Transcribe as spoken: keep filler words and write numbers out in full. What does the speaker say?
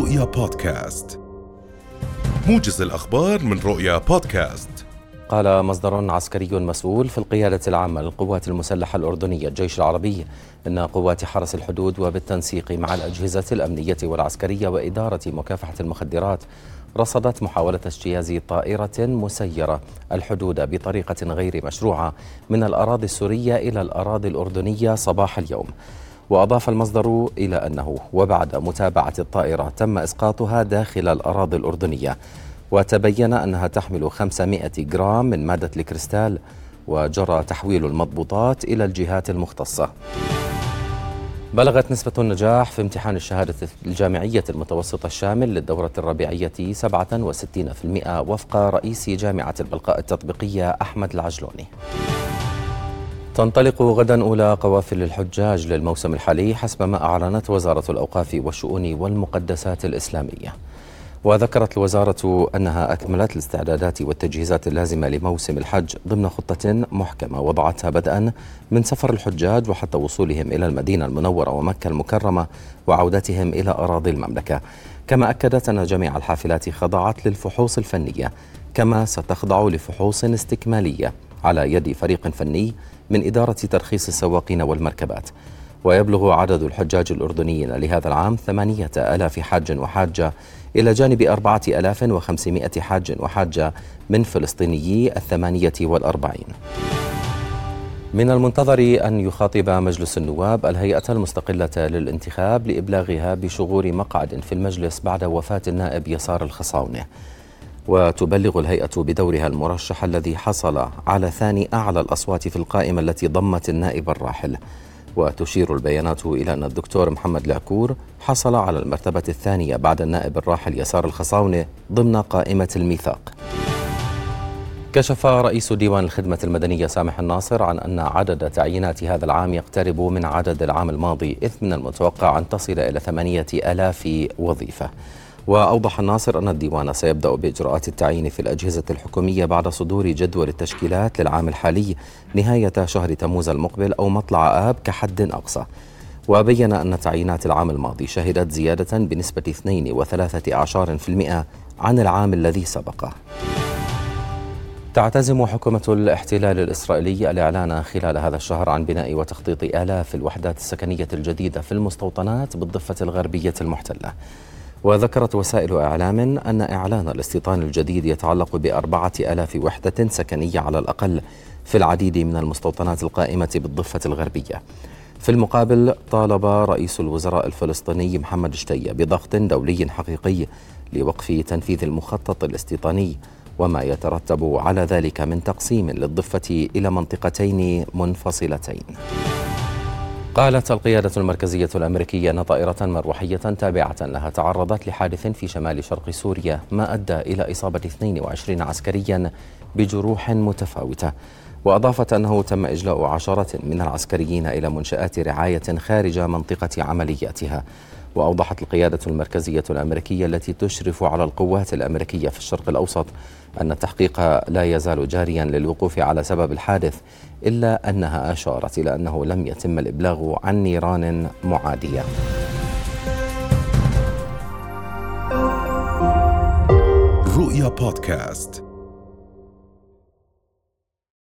رؤيا بودكاست، موجز الأخبار من رؤيا بودكاست. قال مصدر عسكري مسؤول في القيادة العامة للقوات المسلحة الأردنية الجيش العربي إن قوات حرس الحدود وبالتنسيق مع الأجهزة الأمنية والعسكرية وإدارة مكافحة المخدرات رصدت محاولة اجتياز طائرة مسيرة الحدود بطريقة غير مشروعة من الأراضي السورية إلى الأراضي الأردنية صباح اليوم. وأضاف المصدر إلى أنه وبعد متابعة الطائرة تم إسقاطها داخل الأراضي الأردنية، وتبين أنها تحمل خمسمائة جرام من مادة الكريستال، وجرى تحويل المضبوطات إلى الجهات المختصة. بلغت نسبة النجاح في امتحان الشهادة الجامعية المتوسطة الشامل للدورة الربيعية سبعة وستين بالمئة وفق رئيس جامعة البلقاء التطبيقية أحمد العجلوني. تنطلق غدا أولى قوافل الحجاج للموسم الحالي حسب ما أعلنت وزارة الأوقاف والشؤون والمقدسات الإسلامية. وذكرت الوزارة أنها أكملت الاستعدادات والتجهيزات اللازمة لموسم الحج ضمن خطة محكمة وضعتها بدءا من سفر الحجاج وحتى وصولهم إلى المدينة المنورة ومكة المكرمة وعودتهم إلى أراضي المملكة. كما أكدت أن جميع الحافلات خضعت للفحوص الفنية، كما ستخضع لفحوص استكمالية على يد فريق فني من إدارة ترخيص السواقين والمركبات. ويبلغ عدد الحجاج الأردنيين لهذا العام ثمانية آلاف حاج وحاجة إلى جانب أربعة آلاف وخمسمائة حاج وحاجة من فلسطينيي الثمانية والأربعين. من المنتظر أن يخاطب مجلس النواب الهيئة المستقلة للانتخاب لإبلاغها بشغور مقعد في المجلس بعد وفاة النائب يسار الخصاونة. وتبلغ الهيئة بدورها المرشح الذي حصل على ثاني أعلى الأصوات في القائمة التي ضمت النائب الراحل. وتشير البيانات إلى أن الدكتور محمد العكور حصل على المرتبة الثانية بعد النائب الراحل يسار الخصاونة ضمن قائمة الميثاق. كشف رئيس ديوان الخدمة المدنية سامح الناصر عن أن عدد تعيينات هذا العام يقترب من عدد العام الماضي، إذ من المتوقع أن تصل إلى ثمانية آلاف وظيفة. وأوضح الناصر أن الديوان سيبدأ بإجراءات التعيين في الأجهزة الحكومية بعد صدور جدول التشكيلات للعام الحالي نهاية شهر تموز المقبل أو مطلع آب كحد أقصى. وبين أن تعيينات العام الماضي شهدت زيادة بنسبة اثنين وثلاثة أعشار في المئة عن العام الذي سبقه. تعتزم حكومة الاحتلال الإسرائيلي الإعلان خلال هذا الشهر عن بناء وتخطيط آلاف الوحدات السكنية الجديدة في المستوطنات بالضفة الغربية المحتلة. وذكرت وسائل إعلام أن إعلان الاستيطان الجديد يتعلق بأربعة آلاف وحدة سكنية على الأقل في العديد من المستوطنات القائمة بالضفة الغربية. في المقابل طالب رئيس الوزراء الفلسطيني محمد شتية بضغط دولي حقيقي لوقف تنفيذ المخطط الاستيطاني وما يترتب على ذلك من تقسيم للضفة إلى منطقتين منفصلتين. قالت القيادة المركزية الأمريكية أن طائرة مروحية تابعة لها تعرضت لحادث في شمال شرق سوريا ما أدى إلى إصابة اثنين وعشرين عسكريا بجروح متفاوتة. وأضافت أنه تم إجلاء عشرات من العسكريين إلى منشآت رعاية خارج منطقة عملياتها. وأوضحت القيادة المركزية الأمريكية التي تشرف على القوات الأمريكية في الشرق الأوسط أن التحقيق لا يزال جاريا للوقوف على سبب الحادث، إلا أنها أشارت إلى أنه لم يتم الإبلاغ عن نيران معادية. رؤيا بودكاست.